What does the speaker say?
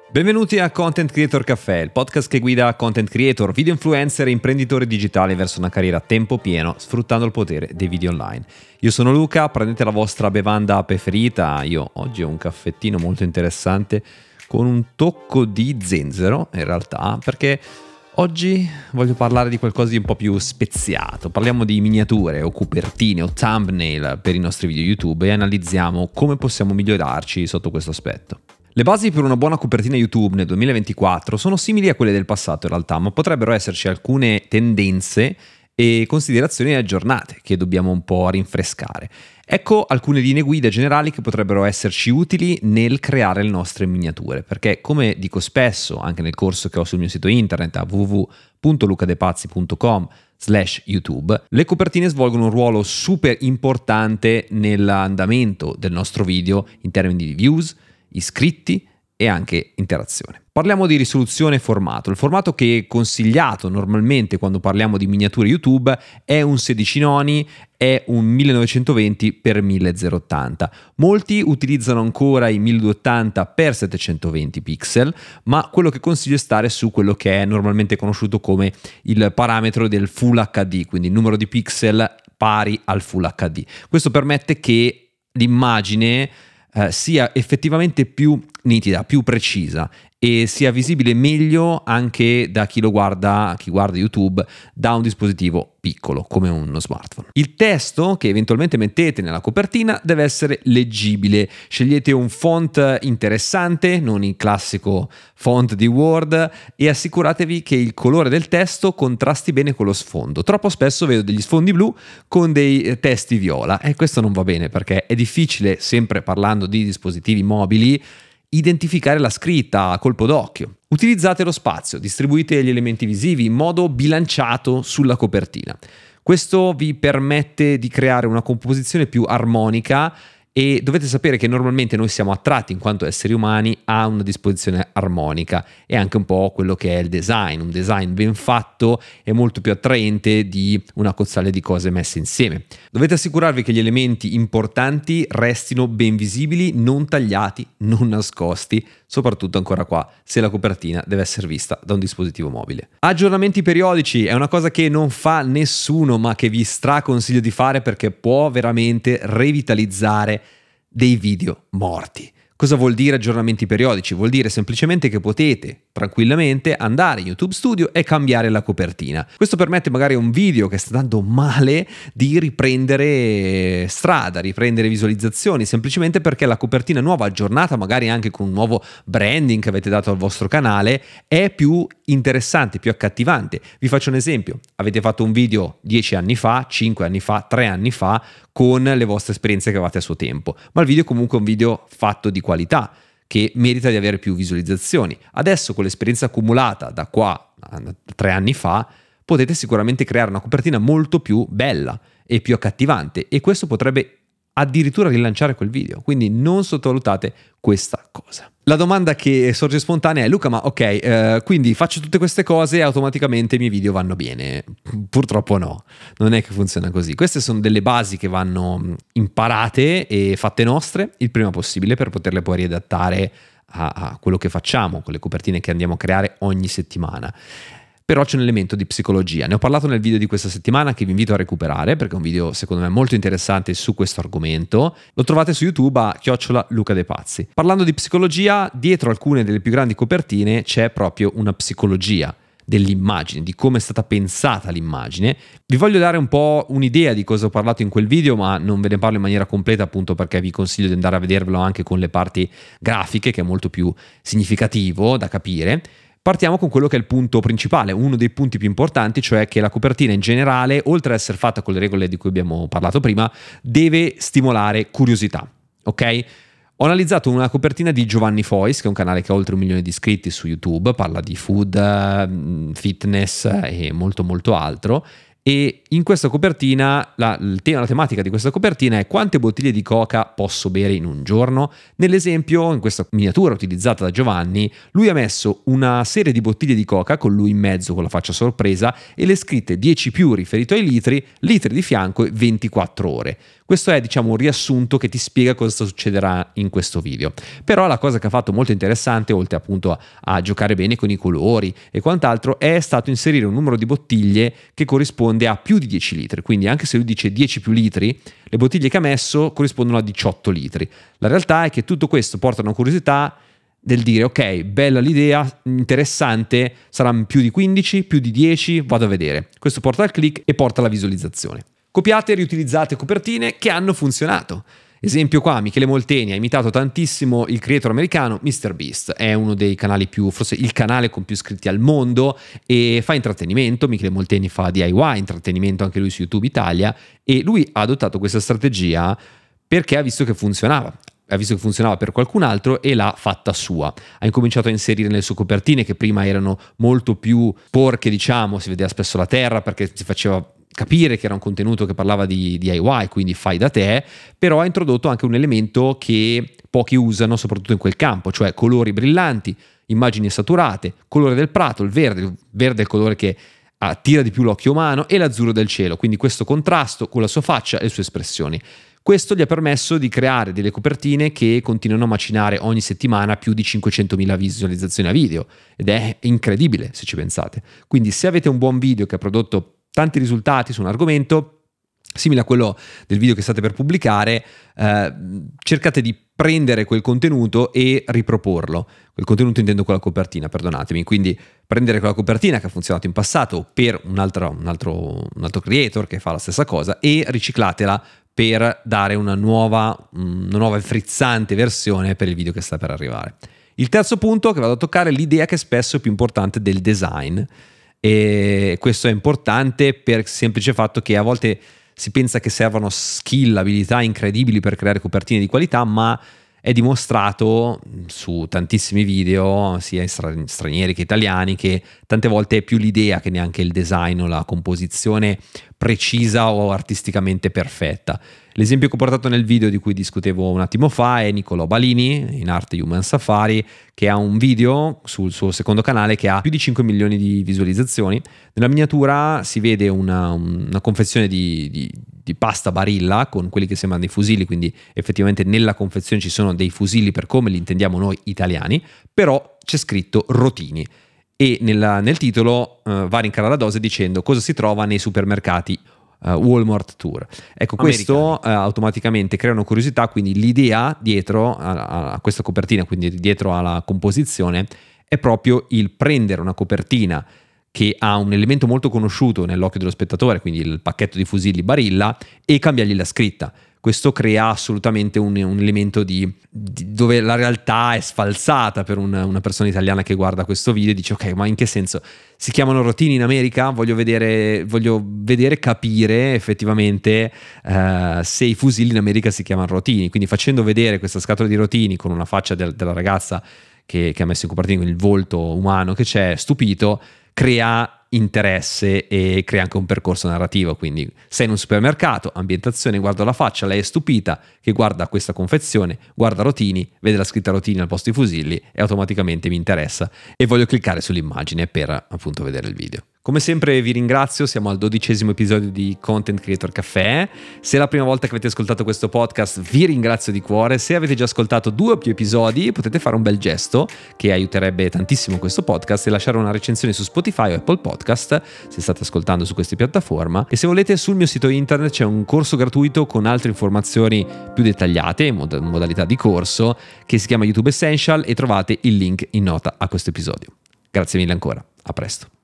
Benvenuti a Content Creator Café, il podcast che guida content creator, video influencer e imprenditori digitali verso una carriera a tempo pieno sfruttando il potere dei video online. Io sono Luca, prendete la vostra bevanda preferita, io oggi ho un caffettino molto interessante con un tocco di zenzero in realtà, perché oggi voglio parlare di qualcosa di un po' più speziato. Parliamo di miniature o copertine o thumbnail per i nostri video YouTube e analizziamo come possiamo migliorarci sotto questo aspetto. Le basi per una buona copertina YouTube nel 2024 sono simili a quelle del passato in realtà, ma potrebbero esserci alcune tendenze e considerazioni aggiornate che dobbiamo un po' rinfrescare. Ecco alcune linee guida generali che potrebbero esserci utili nel creare le nostre miniature, perché come dico spesso anche nel corso che ho sul mio sito internet a www.lucadepazzi.com/YouTube, le copertine svolgono un ruolo super importante nell'andamento del nostro video in termini di views, iscritti e anche interazione. Parliamo di risoluzione e formato. Il formato che è consigliato normalmente quando parliamo di miniature YouTube è un 16 noni, è un 1920x1080. Molti utilizzano ancora i 1280x720 pixel, ma quello che consiglio è stare su quello che è normalmente conosciuto come il parametro del Full HD, quindi il numero di pixel pari al Full HD. Questo permette che l'immagine sia effettivamente più nitida, più precisa e sia visibile meglio anche da chi lo guarda, chi guarda YouTube da un dispositivo piccolo come uno smartphone. Il testo che eventualmente mettete nella copertina deve essere leggibile. Scegliete un font interessante, non il classico font di Word, e assicuratevi che il colore del testo contrasti bene con lo sfondo. Troppo spesso vedo degli sfondi blu con dei testi viola e questo non va bene perché è difficile, sempre parlando di dispositivi mobili, identificare la scritta a colpo d'occhio. Utilizzate lo spazio, distribuite gli elementi visivi in modo bilanciato sulla copertina. Questo vi permette di creare una composizione più armonica e dovete sapere che normalmente noi siamo attratti in quanto esseri umani a una disposizione armonica. È anche un po' quello che è il design. Un design ben fatto è molto più attraente di una cozzaglia di cose messe insieme. Dovete assicurarvi che gli elementi importanti restino ben visibili, non tagliati, non nascosti, soprattutto ancora qua se la copertina deve essere vista da un dispositivo mobile. Aggiornamenti periodici è una cosa che non fa nessuno, ma che vi straconsiglio di fare perché può veramente revitalizzare dei video morti. Cosa vuol dire aggiornamenti periodici? Vuol dire semplicemente che potete tranquillamente andare in YouTube Studio e cambiare la copertina. Questo permette magari a un video che sta andando male di riprendere strada, riprendere visualizzazioni, semplicemente perché la copertina nuova, aggiornata magari anche con un nuovo branding che avete dato al vostro canale, è più interessante, più accattivante. Vi faccio un esempio. Avete fatto un video 10 anni fa, 5 anni fa, 3 anni fa, con le vostre esperienze che avevate a suo tempo, ma il video è comunque un video fatto di qualità che merita di avere più visualizzazioni. Adesso con l'esperienza accumulata da qua a 3 anni fa potete sicuramente creare una copertina molto più bella e più accattivante e questo potrebbe addirittura rilanciare quel video, quindi non sottovalutate questa cosa. La domanda che sorge spontanea è: Luca, ma ok, quindi faccio tutte queste cose e automaticamente i miei video vanno bene? Purtroppo no, non è che funziona così. Queste sono delle basi che vanno imparate e fatte nostre il prima possibile per poterle poi riadattare a quello che facciamo, con le copertine che andiamo a creare ogni settimana. Però c'è un elemento di psicologia. Ne ho parlato nel video di questa settimana che vi invito a recuperare perché è un video secondo me molto interessante su questo argomento. Lo trovate su YouTube a @lucadepazzi. Parlando di psicologia, dietro alcune delle più grandi copertine c'è proprio una psicologia dell'immagine, di come è stata pensata l'immagine. Vi voglio dare un po' un'idea di cosa ho parlato in quel video, ma non ve ne parlo in maniera completa appunto perché vi consiglio di andare a vedervelo anche con le parti grafiche, che è molto più significativo da capire. Partiamo con quello che è il punto principale, uno dei punti più importanti, cioè che la copertina in generale, oltre ad essere fatta con le regole di cui abbiamo parlato prima, deve stimolare curiosità, ok? Ho analizzato una copertina di Giovanni Fois, che è un canale che ha oltre 1 milione di iscritti su YouTube, parla di food, fitness e molto molto altro, E in questa copertina, la tematica di questa copertina è: quante bottiglie di coca posso bere in un giorno? Nell'esempio, in questa miniatura utilizzata da Giovanni, lui ha messo una serie di bottiglie di coca con lui in mezzo con la faccia sorpresa e le scritte 10 più riferito ai litri di fianco e 24 ore. Questo è, diciamo, un riassunto che ti spiega cosa succederà in questo video. Però la cosa che ha fatto molto interessante, oltre appunto a giocare bene con i colori e quant'altro, è stato inserire un numero di bottiglie che corrisponde a più di 10 litri. Quindi anche se lui dice 10 più litri, le bottiglie che ha messo corrispondono a 18 litri. La realtà è che tutto questo porta a una curiosità del dire: ok, bella l'idea, interessante, saranno più di 15, più di 10, vado a vedere. Questo porta al click e porta alla visualizzazione. Copiate e riutilizzate copertine che hanno funzionato. Esempio qua, Michele Molteni ha imitato tantissimo il creator americano MrBeast, è uno dei canali forse il canale con più iscritti al mondo, e fa intrattenimento. Michele Molteni fa DIY, intrattenimento anche lui su YouTube Italia, e lui ha adottato questa strategia perché ha visto che funzionava. Ha visto che funzionava per qualcun altro e l'ha fatta sua. Ha incominciato a inserire nelle sue copertine, che prima erano molto più porche, diciamo, si vedeva spesso la terra perché si faceva capire che era un contenuto che parlava di DIY, quindi fai da te, però ha introdotto anche un elemento che pochi usano, soprattutto in quel campo, cioè colori brillanti, immagini saturate, colore del prato, il verde è il colore che attira di più l'occhio umano, e l'azzurro del cielo, quindi questo contrasto con la sua faccia e le sue espressioni. Questo gli ha permesso di creare delle copertine che continuano a macinare ogni settimana più di 500.000 visualizzazioni a video, ed è incredibile se ci pensate. Quindi se avete un buon video che ha prodotto tanti risultati su un argomento simile a quello del video che state per pubblicare, cercate di prendere quel contenuto e riproporlo. Quel contenuto intendo quella copertina, perdonatemi. Quindi prendere quella copertina che ha funzionato in passato per un altro creator che fa la stessa cosa e riciclatela per dare una nuova e frizzante versione per il video che sta per arrivare. Il terzo punto che vado a toccare è l'idea che spesso è più importante del design. E questo è importante per il semplice fatto che a volte si pensa che servano skill, abilità incredibili per creare copertine di qualità, ma è dimostrato su tantissimi video, sia stranieri che italiani, che tante volte è più l'idea che neanche il design o la composizione precisa o artisticamente perfetta. L'esempio che ho portato nel video di cui discutevo un attimo fa è Nicolò Balini, in arte Human Safari, che ha un video sul suo secondo canale che ha più di 5 milioni di visualizzazioni. Nella miniatura si vede una confezione di pasta Barilla con quelli che sembrano dei fusilli, quindi effettivamente nella confezione ci sono dei fusilli per come li intendiamo noi italiani, però c'è scritto Rotini, e nel titolo va a rincare la dose dicendo cosa si trova nei supermercati Walmart Tour. Ecco, questo automaticamente crea una curiosità, quindi l'idea dietro a questa copertina, quindi dietro alla composizione, è proprio il prendere una copertina che ha un elemento molto conosciuto nell'occhio dello spettatore, quindi il pacchetto di fusilli Barilla, e cambiargli la scritta. Questo crea assolutamente un elemento dove la realtà è sfalsata per una persona italiana che guarda questo video e dice: ok, ma in che senso? Si chiamano Rotini in America? Voglio vedere, capire effettivamente se i fusilli in America si chiamano Rotini. Quindi facendo vedere questa scatola di Rotini con una faccia della ragazza che ha messo in copertina, con il volto umano che c'è, stupito, crea interesse e crea anche un percorso narrativo. Quindi sei in un supermercato, ambientazione, guardo la faccia, lei è stupita che guarda questa confezione, guarda Rotini, vede la scritta Rotini al posto di fusilli e automaticamente mi interessa e voglio cliccare sull'immagine per appunto vedere il video. Come sempre vi ringrazio, siamo al 12° episodio di Content Creator Café. Se è la prima volta che avete ascoltato questo podcast vi ringrazio di cuore. Se avete già ascoltato 2 o più episodi potete fare un bel gesto che aiuterebbe tantissimo questo podcast e lasciare una recensione su Spotify o Apple Podcast se state ascoltando su queste piattaforme. E se volete, sul mio sito internet c'è un corso gratuito con altre informazioni più dettagliate in modalità di corso che si chiama YouTube Essential e trovate il link in nota a questo episodio. Grazie mille ancora, a presto.